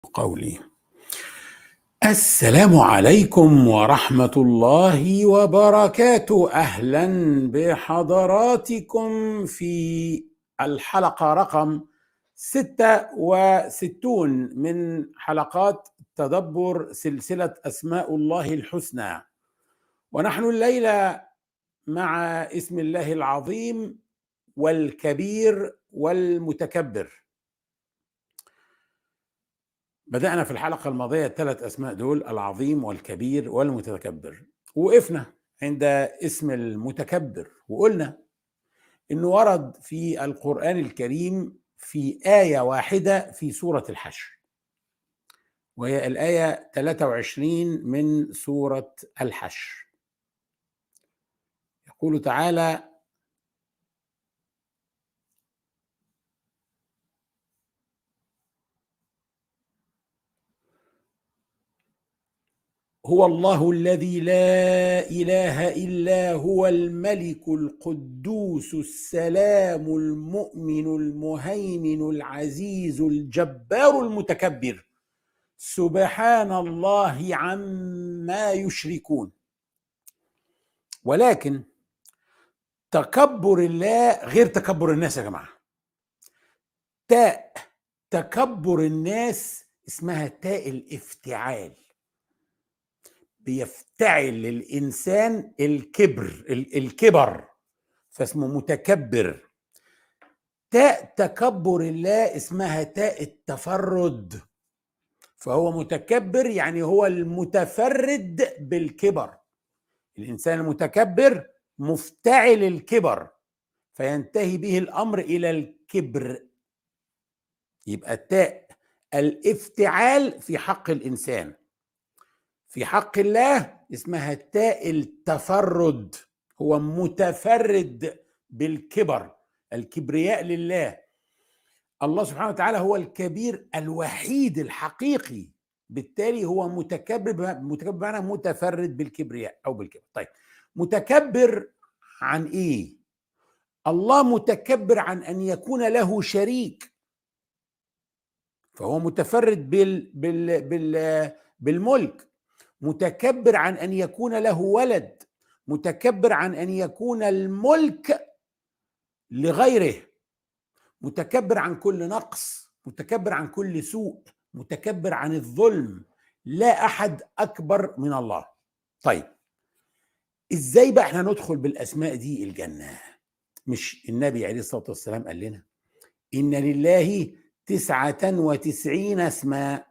قولي السلام عليكم ورحمة الله وبركاته. أهلا بحضراتكم في الحلقة رقم 66 من حلقات تدبر سلسلة أسماء الله الحسنى، ونحن الليلة مع اسم الله العظيم والكبير والمتكبر. بدأنا في الحلقة الماضية الثلاث أسماء دول، العظيم والكبير والمتكبر، وقفنا عند اسم المتكبر وقلنا إنه ورد في القرآن الكريم في آية واحدة في سورة الحشر، وهي الآية 23 من سورة الحشر. يقول تعالى: هو الله الذي لا إله إلا هو الملك القدوس السلام المؤمن المهيمن العزيز الجبار المتكبر، سبحان الله عما يشركون. ولكن تكبر الله غير تكبر الناس يا جماعة. تاء تكبر الناس اسمها تاء الافتعال، بيفتعل الإنسان الكبر فاسمه متكبر. تاء تكبر الله اسمها تاء التفرد، فهو متكبر يعني هو المتفرد بالكبر. الإنسان المتكبر مفتعل الكبر فينتهي به الأمر إلى الكبر. يبقى تاء الافتعال في حق الإنسان، في حق الله اسمها تاء التفرد، هو متفرد بالكبر، الكبرياء لله. الله سبحانه وتعالى هو الكبير الوحيد الحقيقي، بالتالي هو متكبر بمعنى متفرد بالكبرياء أو بالكبر. طيب، متكبر عن إيه؟ الله متكبر عن أن يكون له شريك، فهو متفرد بالملك. متكبر عن أن يكون له ولد، متكبر عن أن يكون الملك لغيره، متكبر عن كل نقص، متكبر عن كل سوء، متكبر عن الظلم. لا أحد أكبر من الله. طيب، إزاي بقى احنا ندخل بالأسماء دي الجنة؟ مش النبي عليه الصلاة والسلام قال لنا إن لله 99 اسما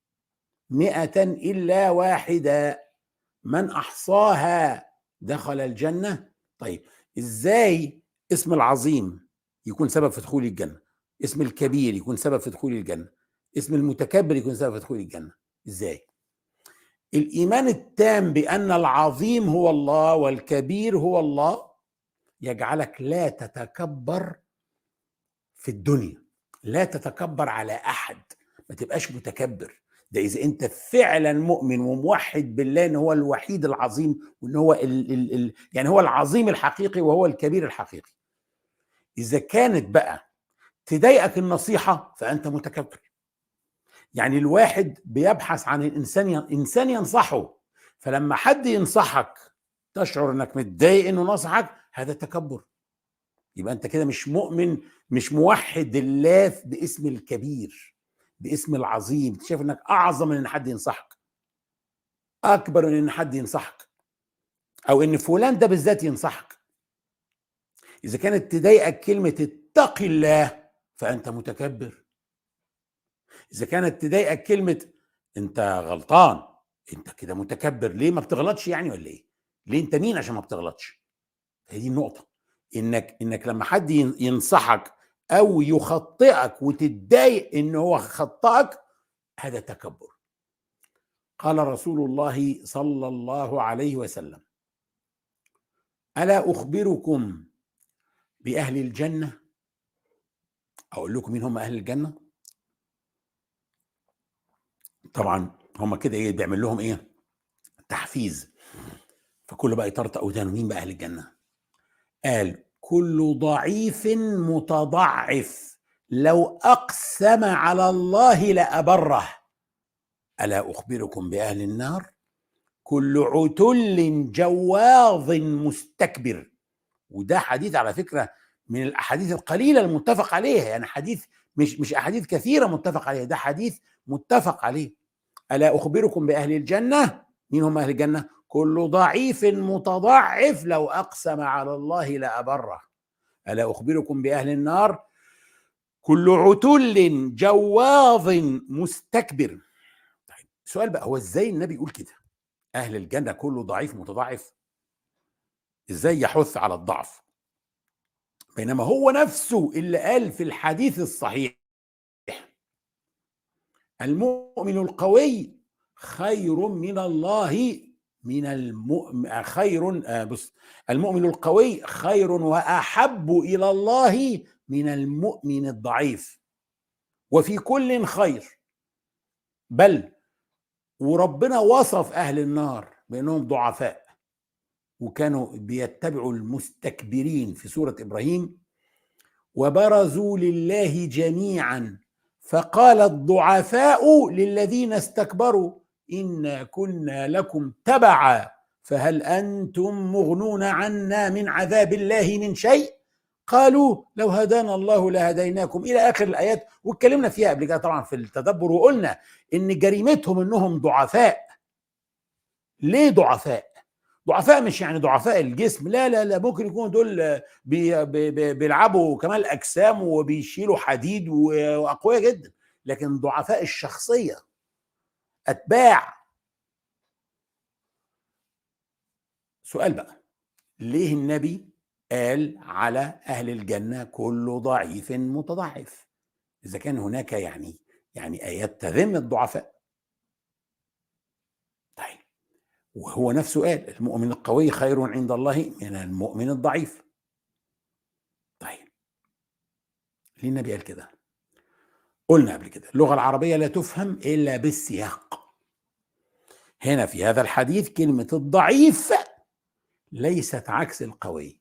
100 إلا واحدة من أحصاها دخل الجنة؟ طيب، إزاي اسم العظيم يكون سبب في دخول الجنة، اسم الكبير يكون سبب في دخول الجنة، اسم المتكبر يكون سبب في دخول الجنة؟ إزاي؟ الإيمان التام بأن العظيم هو الله والكبير هو الله يجعلك لا تتكبر في الدنيا، لا تتكبر على أحد، ما تبقاش متكبر. ده إذا أنت فعلا مؤمن وموحد بالله إن هو الوحيد العظيم، وإن هو يعني هو العظيم الحقيقي وهو الكبير الحقيقي. إذا كانت بقى تضايقك النصيحة فأنت متكبر. يعني الواحد بيبحث عن إنسان ينصحه، فلما حد ينصحك تشعر إنك متضايق إنه نصحك، هذا تكبر. يبقى أنت كده مش مؤمن، مش موحد الله باسم الكبير، باسم العظيم. شايف إنك أعظم من إن حد ينصحك، أكبر من إن حد ينصحك، أو إن فلان ده بالذات ينصحك. إذا كانت تضايقك كلمة اتق الله فأنت متكبر. إذا كانت تضايقك كلمة أنت غلطان، أنت كده متكبر. ليه ما بتغلطش يعني ولا إيه؟ ليه أنت مين عشان ما بتغلطش؟ هذه النقطة، إنك لما حد ينصحك أو يخطئك وتتضايق إن هو خطأك، هذا تكبر. قال رسول الله صلى الله عليه وسلم: ألا أخبركم بأهل الجنة؟ أقول لكم مين هم أهل الجنة؟ طبعا هم كده إيه، بيعمل لهم إيه؟ تحفيز. فكل بقى يطرطق ودانه، مين بقى أهل الجنة؟ قال: كل ضعيف متضعف لو أقسم على الله لأبره. ألا أخبركم بأهل النار كل عتل جواظ مستكبر. وده حديث على فكرة من الأحاديث القليلة المتفق عليها، يعني حديث مش أحاديث كثيرة متفق عليها، ده حديث متفق عليه. ألا أخبركم بأهل الجنة، مين هم أهل الجنة؟ كل ضعيف متضعف لو أقسم على الله لأبره. ألا أخبركم بأهل النار كل عتل جواظ مستكبر. طيب سؤال بقى، هو ازاي النبي يقول كده؟ أهل الجنة كله ضعيف متضعف، ازاي يحث على الضعف؟ بينما هو نفسه اللي قال في الحديث الصحيح المؤمن القوي خير من الله من المؤمن خير بص المؤمن القوي خير وأحب إلى الله من المؤمن الضعيف، وفي كل خير. بل وربنا وصف أهل النار بأنهم ضعفاء، وكانوا بيتبعوا المستكبرين في سورة إبراهيم: وبرزوا لله جميعا فقال الضعفاء للذين استكبروا إنا كنا لكم تبعا فهل أنتم مغنون عنا من عذاب الله من شيء قالوا لو هدانا الله لهديناكم إلى آخر الآيات. واتكلمنا فيها قبل كده طبعا في التدبر، وقلنا إن جريمتهم إنهم ضعفاء. ليه ضعفاء؟ ضعفاء مش يعني ضعفاء الجسم، لا لا لا، ممكن يكونوا دول بيلعبوا كمال اجسام وبيشيلوا حديد واقوياء جدا، لكن ضعفاء الشخصيه، اتباع. سؤال بقى، ليه النبي قال على اهل الجنه كل ضعيف متضعف اذا كان هناك يعني ايات تذم الضعفاء؟ طيب وهو نفسه قال المؤمن القوي خير عند الله من المؤمن الضعيف. طيب ليه النبي قال كده؟ قلنا قبل كده اللغة العربية لا تفهم إلا بالسياق. هنا في هذا الحديث كلمة الضعيف ليست عكس القوي،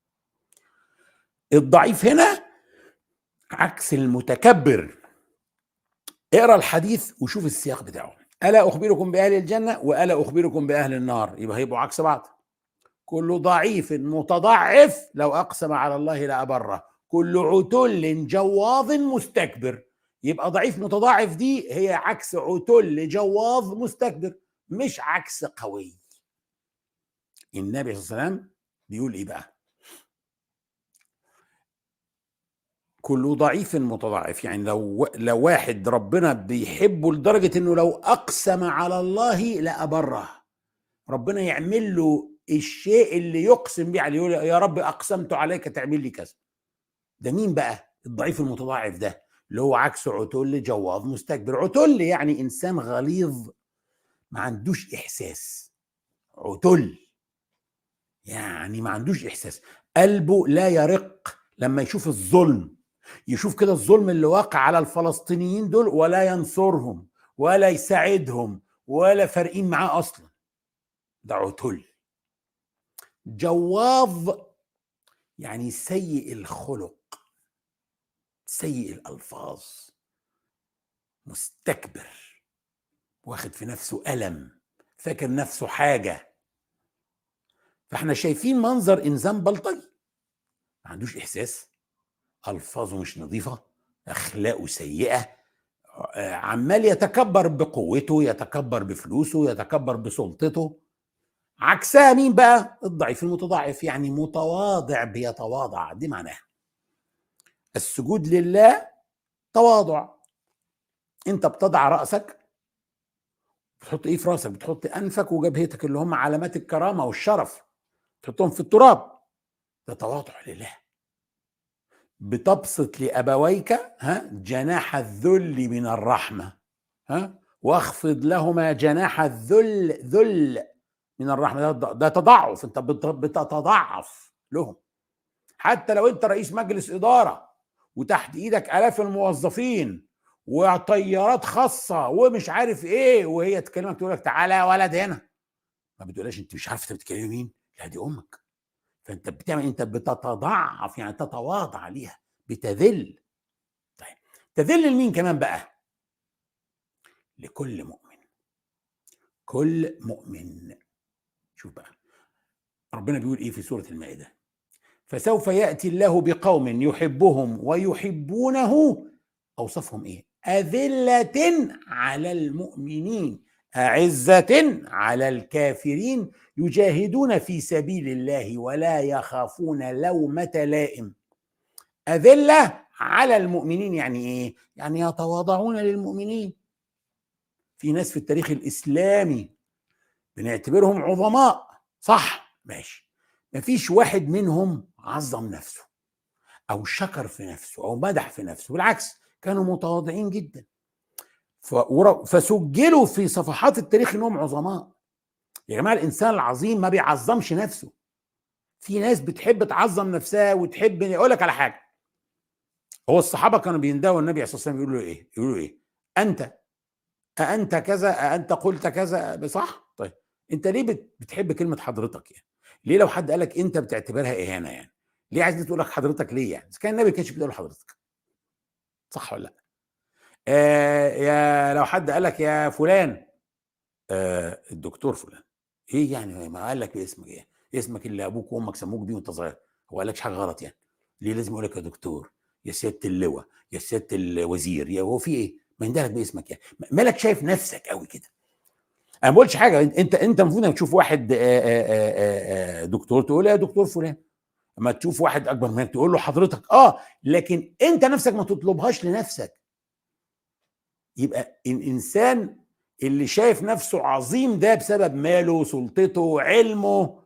الضعيف هنا عكس المتكبر. اقرأ الحديث وشوف السياق بتاعه: ألا أخبركم بأهل الجنة وألا أخبركم بأهل النار، يبقى هيبقوا عكس بعض. كل ضعيف متضعف لو أقسم على الله لأبره، كل عتل جواظ مستكبر. يبقى ضعيف متضاعف دي هي عكس عتل جواظ مستكبر، مش عكس قوي. النبي صلى الله عليه وسلم بيقول ايه بقى؟ كل ضعيف متضاعف، يعني لو واحد ربنا بيحبه لدرجة انه لو اقسم على الله لأبره، ربنا يعمل له الشيء اللي يقسم بيه عليه، يقول يا رب اقسمت عليك تعمل لي كذا. ده مين بقى الضعيف المتضاعف ده؟ اللي هو عكس عتل جواظ مستكبر. عتل يعني انسان غليظ ما عندوش احساس، عتل يعني ما عندوش احساس، قلبه لا يرق لما يشوف الظلم، يشوف كده الظلم اللي واقع على الفلسطينيين دول ولا ينصرهم ولا يساعدهم ولا فارقين معاه اصلا. ده عتل. جواظ يعني سيء الخلق، سيء الالفاظ، مستكبر، واخد في نفسه ألم، فاكر نفسه حاجة. فاحنا شايفين منظر إنسان بلطجي ما عندوش إحساس، ألفاظه مش نظيفة، أخلاقه سيئة، عمال يتكبر بقوته، يتكبر بفلوسه، يتكبر بسلطته. عكسها مين بقى؟ الضعيف المتضاعف، يعني متواضع بيتواضع، دي معناها. السجود لله تواضع، انت بتضع رأسك، بتحط ايه في راسك؟ بتحط انفك وجبهتك اللي هم علامات الكرامة والشرف، تحطهم في التراب، ده تواضع لله. بتبسط لأبويك جناح الذل من الرحمة، واخفض لهما جناح ذل من الرحمة. ده تضعف، انت بتتضعف لهم. حتى لو انت رئيس مجلس إدارة وتحت ايدك آلاف الموظفين وطيارات خاصة ومش عارف ايه، وهي تكلمك تقول لك تعالى يا ولد هنا، ما بتقولهاش انت مش عارف انت بتكلمي مين، لا دي امك. فانت بتعمل، انت بتتضعف يعني تتواضع ليها، بتذل. طيب تذل لمين كمان بقى؟ لكل مؤمن. كل مؤمن. شوف بقى ربنا بيقول ايه في سورة المائدة: فسوف يأتي الله بقوم يحبهم ويحبونه. أوصفهم ايه؟ أذلة على المؤمنين أعزة على الكافرين يجاهدون في سبيل الله ولا يخافون لومة لائم. أذلة على المؤمنين يعني ايه؟ يعني يتواضعون للمؤمنين. في ناس في التاريخ الإسلامي بنعتبرهم عظماء، صح، ماشي، مفيش واحد منهم عظم نفسه او شكر في نفسه او مدح في نفسه، بالعكس كانوا متواضعين جدا، فسجلوا في صفحات التاريخ انهم عظماء. يا جماعه الانسان العظيم ما بيعظمش نفسه. في ناس بتحب تعظم نفسها وتحب، يقول لك على حاجه، هو الصحابه كانوا بيندهوا النبي عليه الصلاه والسلام يقولوا له ايه؟ يقولوا له ايه؟ انت أأنت كذا، أأنت قلت كذا، صح؟ طيب أنت ليه بتحب كلمة حضرتك يعني؟ ليه لو حد قالك أنت بتعتبرها إهانة يعني؟ ليه عايز تقول لك حضرتك ليه يعني؟ إذا كان النبي كانش بيقول حضرتك، صح ولا لا؟ يا لو حد قالك يا فلان، الدكتور فلان، إيه يعني ما قال لك باسمك إيه؟ اسمك اللي أبوك وأمك سموك بيه وأنت صغير، هو قال لكش حاجة غلط يعني؟ ليه لازم يقول لك يا دكتور، يا سيادة اللواء، يا سيادة الوزير، يا هو في إيه؟ ما يندهلك باسمك يعني؟ مالك شايف نفسك قوي كده؟ انا ما بقولش حاجه، انت المفروض انك تشوف واحد دكتور تقول يا دكتور فلان، اما تشوف واحد اكبر منك تقول له حضرتك، لكن انت نفسك ما تطلبهاش لنفسك. يبقى الانسان اللي شايف نفسه عظيم ده بسبب ماله، سلطته، علمه،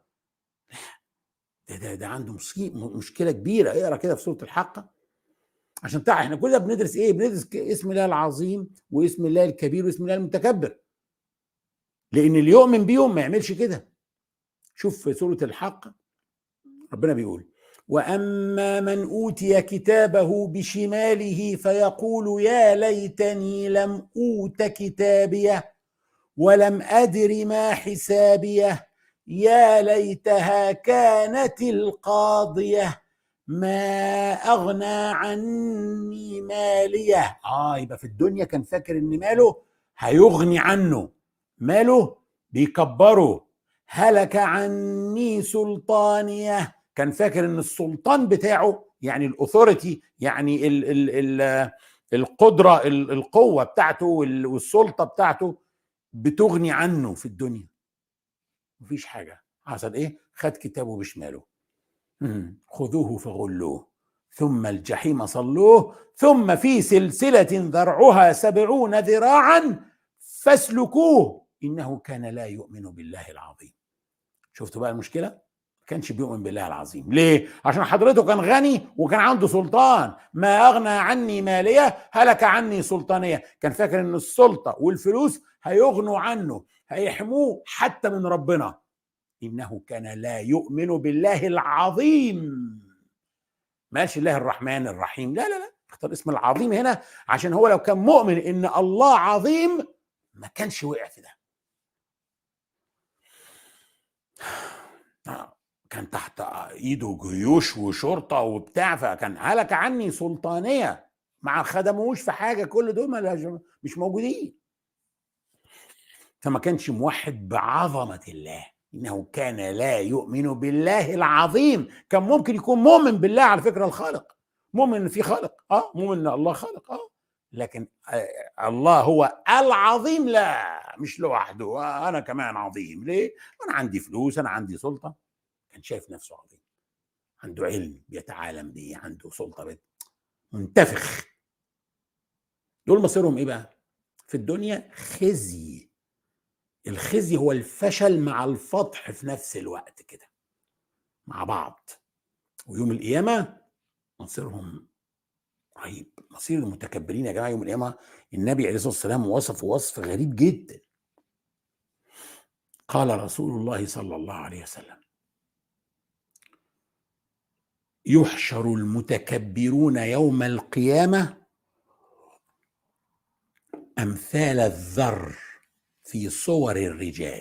ده عنده مشكله كبيره. اقرا كده في سوره الحاقه عشان تعرف احنا كل ده بندرس ايه. بندرس اسم الله العظيم واسم الله الكبير واسم الله المتكبر، لان اللي يؤمن بيهم ما يعملش كده. شوف في سوره الحاقه ربنا بيقول: واما من اوتي كتابه بشماله فيقول يا ليتني لم اوت كتابيه ولم ادر ما حسابيه يا ليتها كانت القاضيه ما اغنى عني ماليه. يبقى في الدنيا كان فاكر ان ماله هيغني عنه، ماله بيكبره. هلك عني سلطانيه، كان فاكر ان السلطان بتاعه يعني الاثوريتي، يعني القدره، القوه بتاعته والسلطه بتاعته بتغني عنه في الدنيا. مفيش حاجه. حصل ايه؟ خد كتابه بشماله: خذوه فغلوه ثم الجحيم صلوه ثم في سلسله ذرعها 70 ذراعا فاسلكوه انه كان لا يؤمن بالله العظيم. شفتوا بقى المشكله؟ ما كانش بيؤمن بالله العظيم. ليه؟ عشان حضرته كان غني وكان عنده سلطان. ما اغنى عني ماليه هلك عني سلطانيه. كان فاكر ان السلطه والفلوس هيغنوا عنه، هيحموه حتى من ربنا. انه كان لا يؤمن بالله العظيم. ماشي الله الرحمن الرحيم، لا لا لا، اختار اسم العظيم هنا عشان هو لو كان مؤمن ان الله عظيم ما كانش وقع في ده. كان تحت ايده جيوش وشرطه وبتاع، فكان هلك عني سلطانيه، ما خدموش في حاجه، كل دول مش موجودين. فما كانش موحد بعظمه الله. انه كان لا يؤمن بالله العظيم. كان ممكن يكون مؤمن بالله على فكره الخالق، مؤمن ان في خالق، مؤمن ان الله خالق، لكن الله هو العظيم لا، مش لوحده. انا كمان عظيم. ليه؟ انا عندي فلوس، انا عندي سلطه. كان شايف نفسه عظيم، عنده علم بيتعالم بيه، عنده سلطه، منتفخ. دول مصيرهم ايه بقى في الدنيا؟ خزي. الخزي هو الفشل مع الفضح في نفس الوقت كده مع بعض. ويوم القيامه مصيرهم رهيب. مصير المتكبرين يا جماعه يوم القيامه النبي عليه الصلاه والسلام وصفه وصف غريب جدا. قال رسول الله صلى الله عليه وسلم: يحشر المتكبرون يوم القيامه امثال الذر في صور الرجال،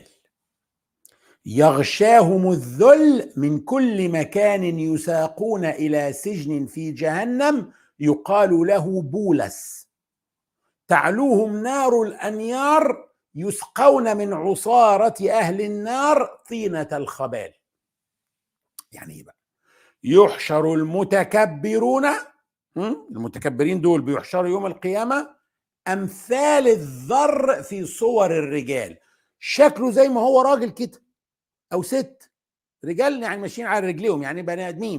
يغشاهم الذل من كل مكان، يساقون الى سجن في جهنم يقال له بولس، تعلوهم نار الانيار يسقون من عصارة أهل النار طينة الخبال. يعني إيه بقى؟ يحشر المتكبرون، المتكبرين دول بيحشروا يوم القيامة أمثال الذر في صور الرجال، شكله زي ما هو راجل كده أو ست، رجال يعني ماشيين على رجليهم، يعني بني آدمين،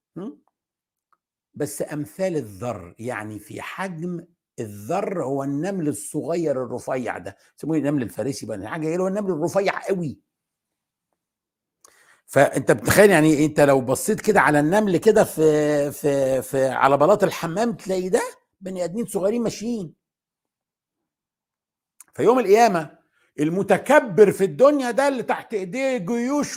بس أمثال الذر، يعني في حجم الذر. هو النمل الصغير الرفيع ده، يسموه النمل الفارسي بقى، حاجه ايه، هو النمل الرفيع قوي. فانت بتخيل يعني انت لو بصيت كده على النمل كده في على بلاط الحمام تلاقي ده بني ادمين صغيرين ماشيين. فيوم القيامه المتكبر في الدنيا ده اللي تحت ايديه جيوش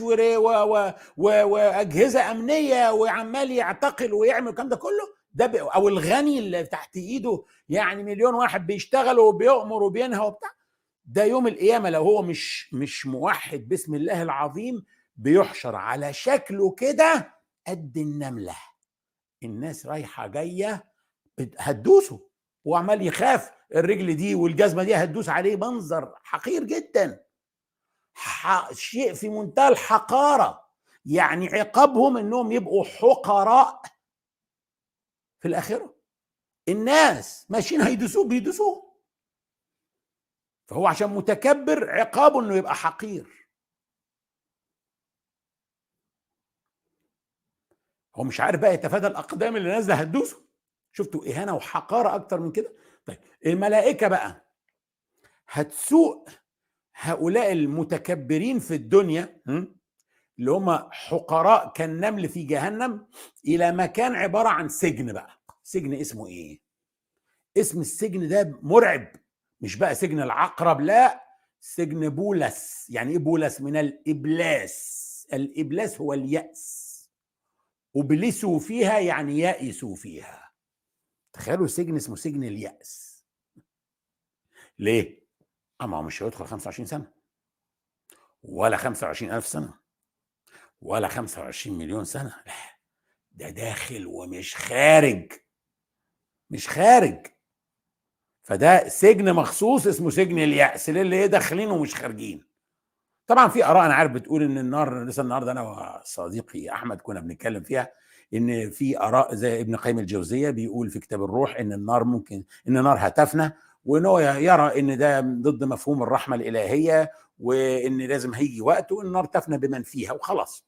واجهزه امنيه وعمال يعتقل ويعمل الكلام ده كله، ده او الغني اللي تحت ايده يعني مليون واحد بيشتغل وبيؤمر وبينهى وبتاع، ده يوم القيامه لو هو مش موحد باسم الله العظيم بيحشر على شكله كده قد النمله. الناس رايحه جايه هتدوسه، وعمال يخاف الرجل دي والجزمه دي هتدوس عليه، منظر حقير جدا، شيء في منتهى الحقاره. يعني عقابهم انهم يبقوا حقراء في الاخره، الناس ماشيين هيدوسوه بيدوسوه، فهو عشان متكبر عقابه انه يبقى حقير. هو مش عارف بقى يتفادى الاقدام اللي نازله هتدوسه. شفتوا اهانه وحقاره اكتر من كده؟ طيب الملائكه بقى هتسوق هؤلاء المتكبرين في الدنيا، اللي هم حقراء كالنمل في جهنم، الى مكان عباره عن سجن. بقى سجن اسمه ايه؟ اسم السجن ده مرعب، مش بقى سجن العقرب، لا، سجن بولس. يعني ايه بولس؟ من الابلاس، الابلاس هو اليأس، وبلسوا فيها يعني يأسوا فيها. تخيلوا سجن اسمه سجن اليأس. ليه؟ اما هو مش هيدخل 25 سنة ولا 25,000 سنة ولا 25 مليون سنة، لا، ده داخل ومش خارج، مش خارج. فده سجن مخصوص اسمه سجن اليأس للي ايه داخلين ومش خارجين. طبعا في اراء انا عارف بتقول ان النار، لسه النهارده انا وصديقي احمد كنا بنتكلم فيها، ان في اراء زي ابن قيم الجوزيه بيقول في كتاب الروح ان النار ممكن ان النار هتفنى، وان هو يرى ان ده ضد مفهوم الرحمه الالهيه، وان لازم هيجي وقت وان النار تفنى بمن فيها وخلاص.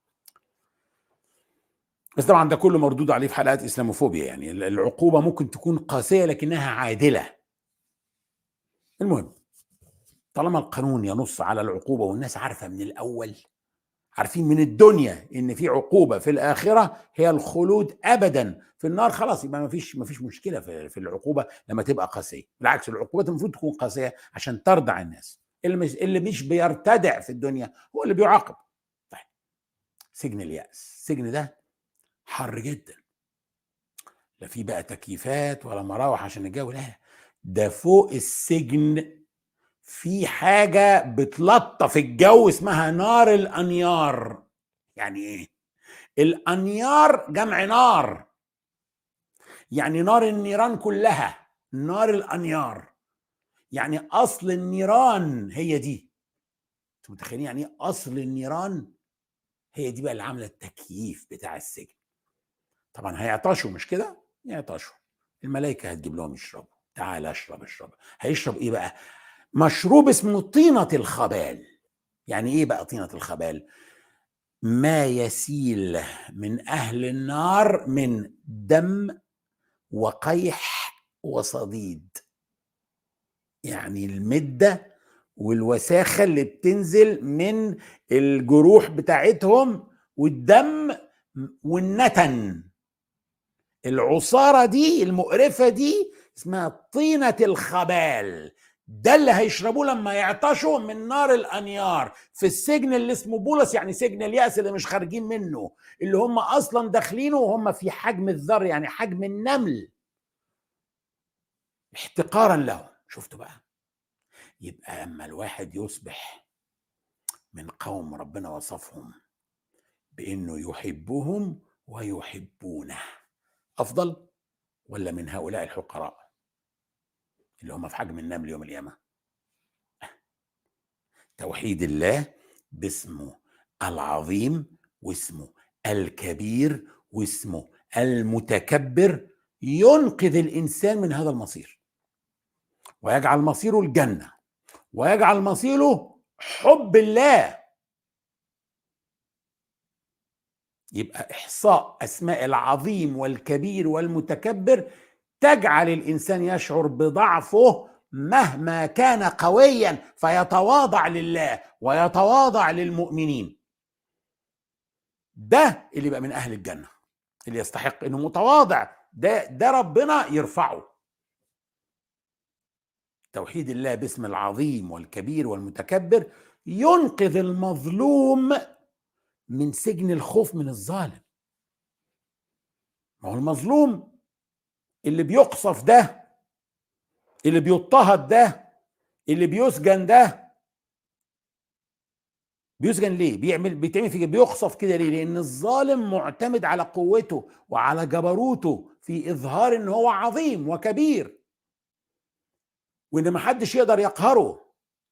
بس طبعا ده كله مردود عليه في حلقات اسلاموفوبيا، يعني العقوبه ممكن تكون قاسيه لكنها عادله. المهم، طالما القانون ينص على العقوبه والناس عارفه من الاول، عارفين من الدنيا ان في عقوبه في الاخره هي الخلود ابدا في النار، خلاص يبقى ما فيش مشكله في العقوبه لما تبقى قاسيه. بالعكس، العقوبات المفروض تكون قاسيه عشان تردع الناس. اللي مش بيرتدع في الدنيا هو اللي بيعاقب. طيب، سجن اليأس، السجن ده حر جدا، لا في بقى تكييفات ولا مراوح عشان الجو، لا، ده فوق السجن في حاجه بتلطف الجو اسمها نار الانيار. يعني ايه؟ الانيار جمع نار، يعني نار النيران كلها، نار الانيار، يعني اصل النيران هي دي. انتوا متخيلين يعني ايه اصل النيران؟ هي دي بقى اللي عامله التكييف بتاع السجن. طبعا هيعطشوا، مش كده؟ يعطشوا، الملائكه هتجيب لهم يشربوا، تعال اشرب اشرب. هيشرب ايه بقى؟ مشروب اسمه طينه الخبال. يعني ايه بقى طينه الخبال؟ ما يسيل من اهل النار من دم وقيح وصديد، يعني المدة والوساخة اللي بتنزل من الجروح بتاعتهم والدم والنتن. العصارة دي المقرفة دي اسمها طينة الخبال. ده اللي هيشربوه لما يعطشوا من نار الانيار في السجن اللي اسمه بولس، يعني سجن اليأس اللي مش خارجين منه، اللي هم اصلا داخلينه وهم في حجم الذر، يعني حجم النمل، احتقارا لهم. شفتوا بقى؟ يبقى اما الواحد يصبح من قوم ربنا وصفهم بانه يحبهم ويحبونه، افضل ولا من هؤلاء الحقراء اللي هم في حجم النمل يوم القيامه؟ توحيد الله باسمه العظيم واسمه الكبير واسمه المتكبر ينقذ الإنسان من هذا المصير ويجعل مصيره الجنة ويجعل مصيره حب الله. يبقى إحصاء أسماء العظيم والكبير والمتكبر تجعل الإنسان يشعر بضعفه مهما كان قويا، فيتواضع لله ويتواضع للمؤمنين. ده اللي بقى من أهل الجنة، اللي يستحق إنه متواضع، ده ربنا يرفعه. توحيد الله باسم العظيم والكبير والمتكبر ينقذ المظلوم من سجن الخوف من الظالم. ما هو المظلوم اللي بيقصف ده، اللي بيضطهد ده، اللي بيسجن ده، بيسجن ليه؟ بيتعمل فيه بيقصف كده ليه؟ لأن الظالم معتمد على قوته وعلى جبروته في إظهار إن هو عظيم وكبير وإن محدش يقدر يقهره،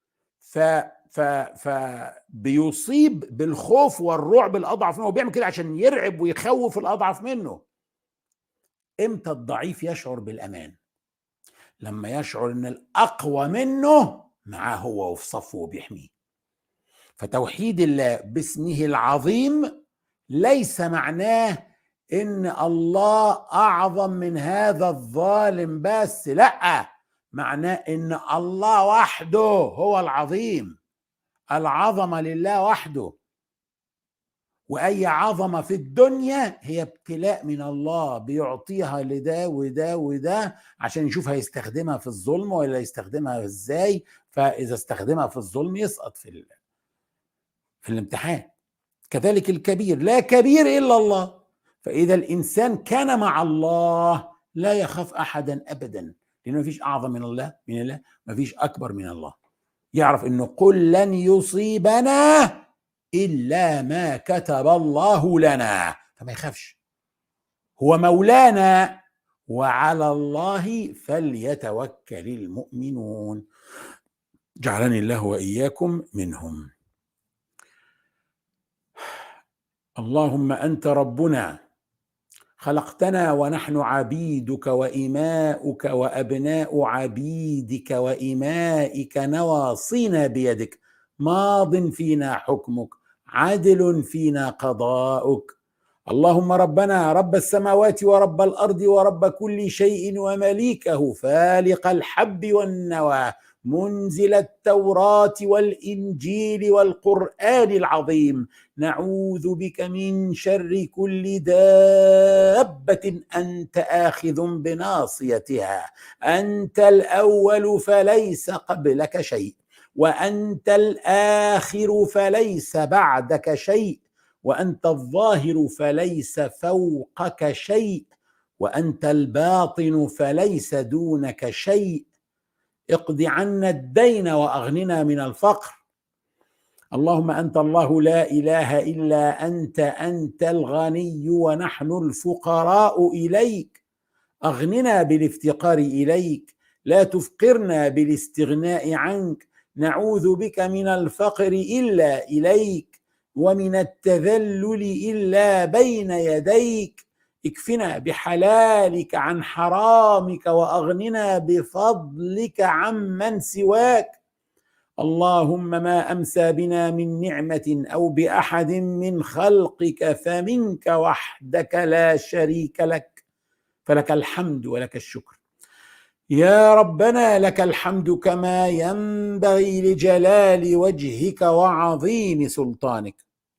فبيصيب بالخوف والرعب الأضعف منه، وبيعمل كده عشان يرعب ويخوف الأضعف منه. إمتى الضعيف يشعر بالأمان؟ لما يشعر إن الأقوى منه معاه هو وفي صفه وبيحميه. فتوحيد الله باسمه العظيم ليس معناه إن الله أعظم من هذا الظالم بس، لأ، معناه إن الله وحده هو العظيم. العظمة لله وحده، وأي عظمة في الدنيا هي ابتلاء من الله بيعطيها لده وده وده عشان يشوف هيستخدمها في الظلم ولا يستخدمها ازاي. فإذا استخدمها في الظلم يسقط في الامتحان. كذلك الكبير، لا كبير إلا الله. فإذا الإنسان كان مع الله لا يخاف أحدا أبدا، لأنه مفيش أعظم من الله، مفيش أكبر من الله. يعرف أنه قل لن يصيبنا إلا ما كتب الله لنا، فما يخافش، هو مولانا وعلى الله فليتوكل المؤمنون. جعلني الله وإياكم منهم. اللهم أنت ربنا خلقتنا ونحن عبيدك وإماؤك وأبناء عبيدك وإمائك، نواصينا بيدك، ماض فينا حكمك، عدل فينا قضاؤك. اللهم ربنا رب السماوات ورب الأرض ورب كل شيء ومليكه، فالق الحب والنوى، منزل التوراة والإنجيل والقرآن العظيم، نعوذ بك من شر كل دابة أنت آخذ بناصيتها، أنت الأول فليس قبلك شيء، وأنت الآخر فليس بعدك شيء، وأنت الظاهر فليس فوقك شيء، وأنت الباطن فليس دونك شيء. اقض عنا الدين وأغننا من الفقر. اللهم أنت الله لا إله إلا أنت، أنت الغني ونحن الفقراء إليك، أغننا بالافتقار إليك، لا تفقرنا بالاستغناء عنك. نعوذ بك من الفقر إلا إليك، ومن التذلل إلا بين يديك. اكفنا بحلالك عن حرامك، وأغننا بفضلك عمن سواك. اللهم ما أمسى بنا من نعمة أو بأحد من خلقك فمنك وحدك لا شريك لك، فلك الحمد ولك الشكر. يا ربنا لك الحمد كما ينبغي لجلال وجهك وعظيم سلطانك.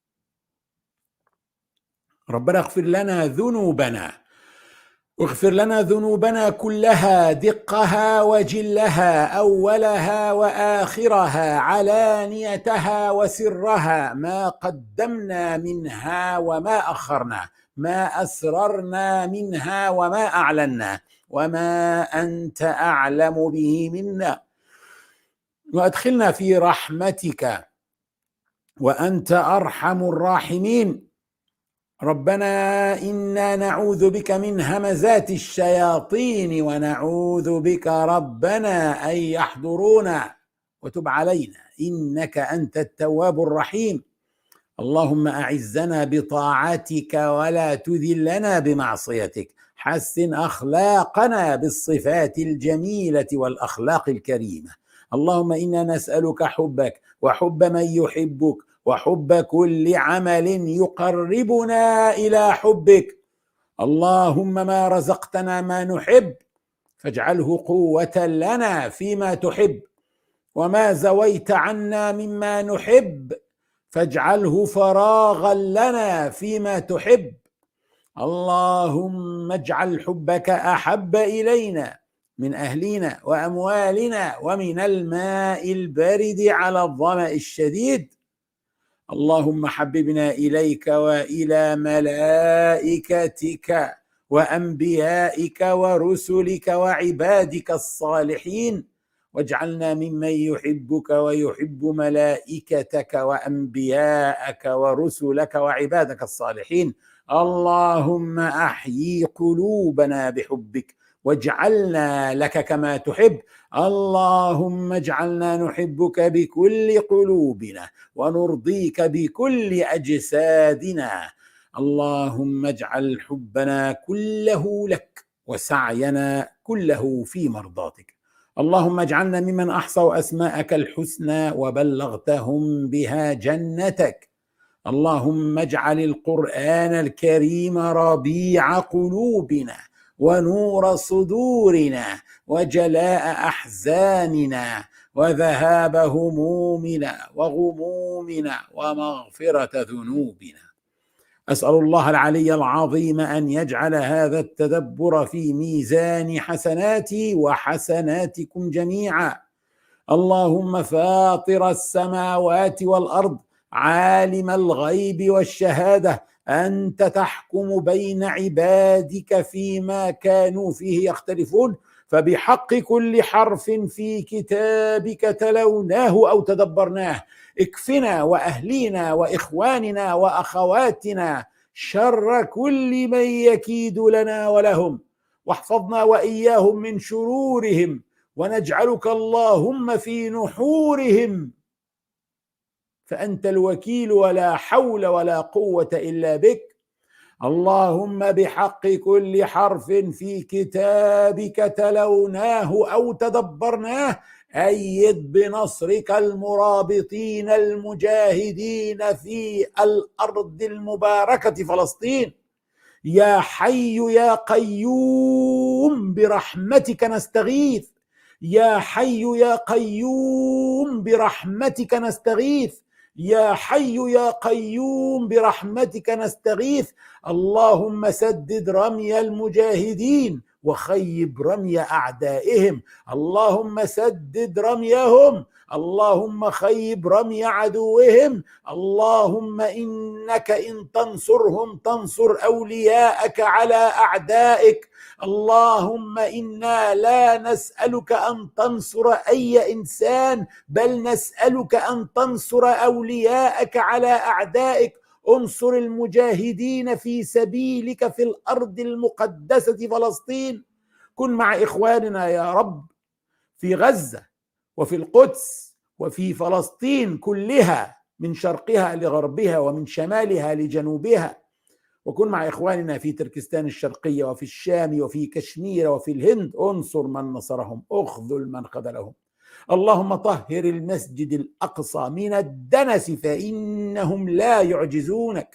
ربنا اغفر لنا ذنوبنا، اغفر لنا ذنوبنا كلها، دقها وجلها، أولها وآخرها، علانيتها وسرها، ما قدمنا منها وما أخرنا، ما أسررنا منها وما أعلنا، وما أنت أعلم به منا. وأدخلنا في رحمتك وأنت أرحم الراحمين. ربنا إنا نعوذ بك من همزات الشياطين، ونعوذ بك ربنا أن يحضرونا. وتب علينا إنك أنت التواب الرحيم. اللهم أعزنا بطاعتك ولا تذلنا بمعصيتك. حسن أخلاقنا بالصفات الجميلة والأخلاق الكريمة. اللهم إنا نسألك حبك وحب من يحبك وحب كل عمل يقربنا إلى حبك. اللهم ما رزقتنا ما نحب فاجعله قوة لنا فيما تحب، وما زويت عنا مما نحب فاجعله فراغا لنا فيما تحب. اللهم اجعل حبك أحب إلينا من أهلنا وأموالنا ومن الماء البارد على الظمأ الشديد. اللهم حببنا إليك وإلى ملائكتك وأنبيائك ورسلك وعبادك الصالحين، واجعلنا ممن يحبك ويحب ملائكتك وأنبياءك ورسلك وعبادك الصالحين. اللهم أحيي قلوبنا بحبك واجعلنا لك كما تحب. اللهم اجعلنا نحبك بكل قلوبنا ونرضيك بكل أجسادنا. اللهم اجعل حبنا كله لك وسعينا كله في مرضاتك. اللهم اجعلنا ممن أحصوا أسماءك الحسنى وبلغتهم بها جنتك. اللهم اجعل القرآن الكريم ربيع قلوبنا ونور صدورنا وجلاء أحزاننا وذهاب همومنا وغمومنا ومغفرة ذنوبنا. أسأل الله العلي العظيم أن يجعل هذا التدبر في ميزان حسناتي وحسناتكم جميعا. اللهم فاطر السماوات والأرض عالم الغيب والشهادة، أنت تحكم بين عبادك فيما كانوا فيه يختلفون، فبحق كل حرف في كتابك تلوناه أو تدبرناه اكفنا وأهلينا وإخواننا وأخواتنا شر كل من يكيد لنا ولهم، واحفظنا وإياهم من شرورهم، ونجعلك اللهم في نحورهم، فأنت الوكيل ولا حول ولا قوة إلا بك. اللهم بحق كل حرف في كتابك تلوناه أو تدبرناه أيد بنصرك المرابطين المجاهدين في الأرض المباركة فلسطين. يا حي يا قيوم برحمتك نستغيث، يا حي يا قيوم برحمتك نستغيث، يا حي يا قيوم برحمتك نستغيث. اللهم سدد رمي المجاهدين وخيب رمي أعدائهم. اللهم سدد رميهم، اللهم خيب رمي عدوهم. اللهم إنك إن تنصرهم تنصر أولياءك على أعدائك. اللهم إنا لا نسألك أن تنصر أي إنسان، بل نسألك أن تنصر أولياءك على أعدائك. انصر المجاهدين في سبيلك في الأرض المقدسة فلسطين. كن مع إخواننا يا رب في غزة وفي القدس وفي فلسطين كلها، من شرقها لغربها ومن شمالها لجنوبها. وكن مع إخواننا في تركستان الشرقية وفي الشام وفي كشمير وفي الهند. انصر من نصرهم، اخذل من خذلهم. اللهم طهر المسجد الأقصى من الدنس فإنهم لا يعجزونك.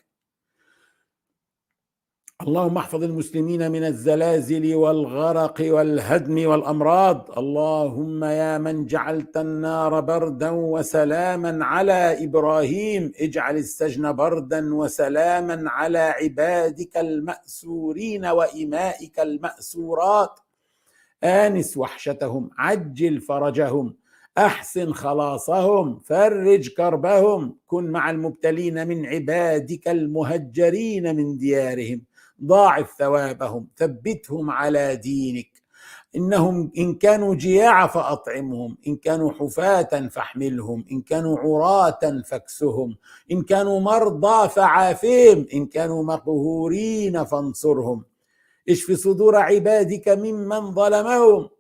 اللهم احفظ المسلمين من الزلازل والغرق والهدم والأمراض. اللهم يا من جعلت النار بردا وسلاما على إبراهيم، اجعل السجن بردا وسلاما على عبادك المأسورين وإمائك المأسورات. آنس وحشتهم، عجل فرجهم، أحسن خلاصهم، فرج كربهم. كن مع المبتلين من عبادك المهجرين من ديارهم، ضاعف ثوابهم، ثبتهم على دينك. إنهم إن كانوا جياع فأطعمهم، إن كانوا حفاة فاحملهم، إن كانوا عراة فاكسهم، إن كانوا مرضى فعافهم، إن كانوا مقهورين فانصرهم. اشف صدور عبادك ممن ظلمهم،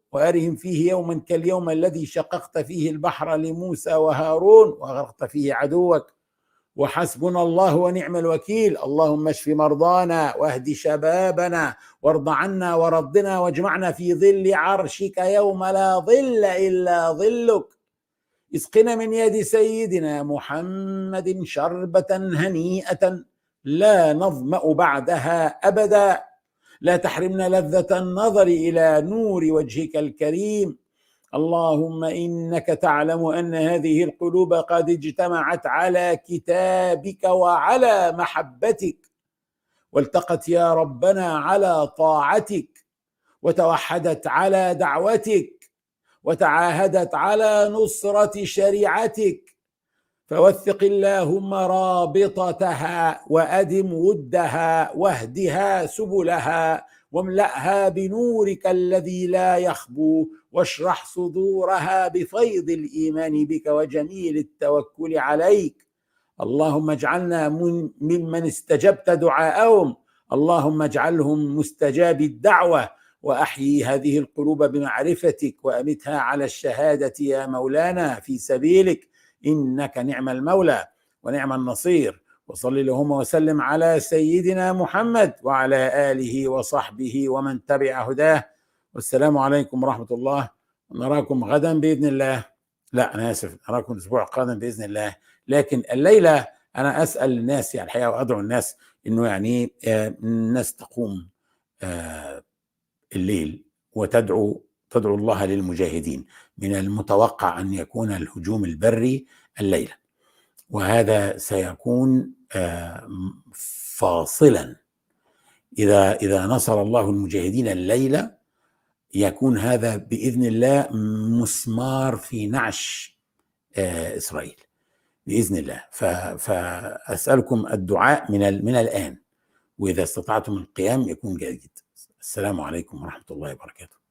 وأرهم فيه يوما كاليوم الذي شققت فيه البحر لموسى وهارون وأغرقت فيه عدوك، وحسبنا الله ونعم الوكيل. اللهم اشف مرضانا واهد شبابنا وارض عنا وردنا واجمعنا في ظل عرشك يوم لا ظل إلا ظلك. اسقنا من يد سيدنا محمد شربة هنيئة لا نظمأ بعدها أبدا، لا تحرمنا لذة النظر إلى نور وجهك الكريم. اللهم إنك تعلم أن هذه القلوب قد اجتمعت على كتابك وعلى محبتك، والتقت يا ربنا على طاعتك، وتوحدت على دعوتك، وتعاهدت على نصرة شريعتك. فوثق اللهم رابطتها وأدم ودها واهدها سبلها واملأها بنورك الذي لا يخبو، واشرح صدورها بفيض الإيمان بك وجميل التوكل عليك. اللهم اجعلنا ممن استجبت دعاءهم، اللهم اجعلهم مستجاب الدعوة، وأحيي هذه القلوب بمعرفتك وأمتها على الشهادة يا مولانا في سبيلك، إنك نعم المولى ونعم النصير. وصل اللهم وسلم على سيدنا محمد وعلى آله وصحبه ومن تبع هداه. والسلام عليكم ورحمة الله، ونراكم غدا بإذن الله. لا أنا آسف، نراكم الأسبوع القادم بإذن الله. لكن الليلة أنا أسأل الناس يعني الحقيقة وأدعو الناس إنه يعني الناس تقوم الليل وتدعو الله للمجاهدين. من المتوقع أن يكون الهجوم البري الليلة، وهذا سيكون فاصلا. إذا نصر الله المجاهدين الليلة يكون هذا بإذن الله مسمار في نعش إسرائيل بإذن الله. فأسألكم الدعاء من الآن، وإذا استطعتم القيام يكون جيد. السلام عليكم ورحمة الله وبركاته.